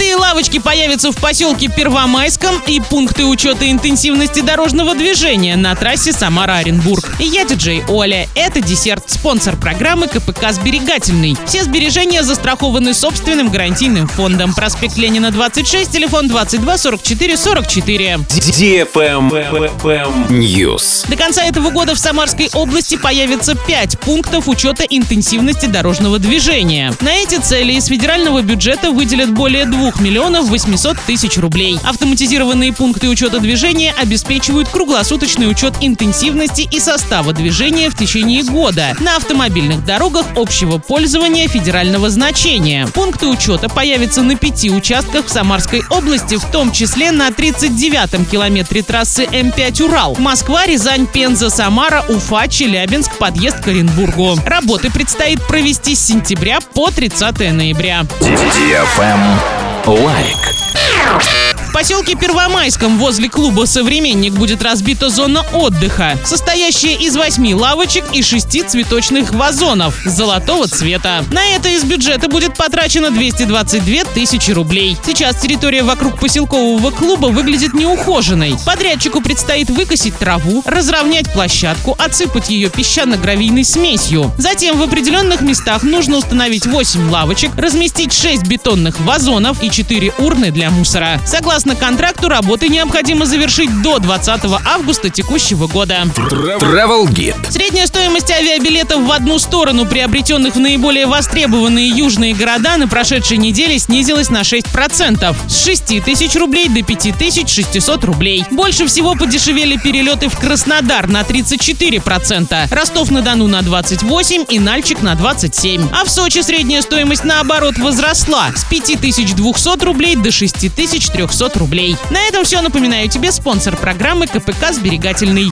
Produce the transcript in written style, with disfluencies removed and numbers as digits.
Крутые лавочки появятся в поселке Первомайском и пункты учета интенсивности дорожного движения на трассе Самара-Оренбург. И я диджей Оля. Это десерт, спонсор программы КПК «Сберегательный». Все сбережения застрахованы собственным гарантийным фондом. Проспект Ленина, 26, телефон 22 44 44. News. До конца этого года в Самарской области появится 5 пунктов учета интенсивности дорожного движения. На эти цели из федерального бюджета выделят более 2 миллионов 800 тысяч рублей. Автоматизированные пункты учета движения обеспечивают круглосуточный учет интенсивности и состава движения в течение года на автомобильных дорогах общего пользования федерального значения. Пункты учета появятся на 5 участках в Самарской области, в том числе на 39-м километре трассы М5 «Урал». Москва, Рязань, Пенза, Самара, Уфа, Челябинск, подъезд к Оренбургу. Работы предстоит провести с сентября по 30 ноября. Лайк. В поселке Первомайском возле клуба «Современник» будет разбита зона отдыха, состоящая из 8 лавочек и 6 цветочных вазонов золотого цвета. На это из бюджета будет потрачено 222 тысячи рублей. Сейчас территория вокруг поселкового клуба выглядит неухоженной. Подрядчику предстоит выкосить траву, разровнять площадку, отсыпать ее песчано-гравийной смесью. Затем в определенных местах нужно установить 8 лавочек, разместить 6 бетонных вазонов и 4 урны для мусора. Согласно контракту, работы необходимо завершить до 20 августа текущего года. Travel Guide. Средняя стоимость авиабилетов в одну сторону, приобретенных в наиболее востребованные южные города, на прошедшей неделе снизилась на 6%. С 6 тысяч рублей до 5600 рублей. Больше всего подешевели перелеты в Краснодар на 34%, Ростов-на-Дону на 28% и Нальчик на 27%. А в Сочи средняя стоимость, наоборот, возросла с 5200 рублей до 6300 рублей. На этом все. Напоминаю тебе спонсор программы КПК «Сберегательный».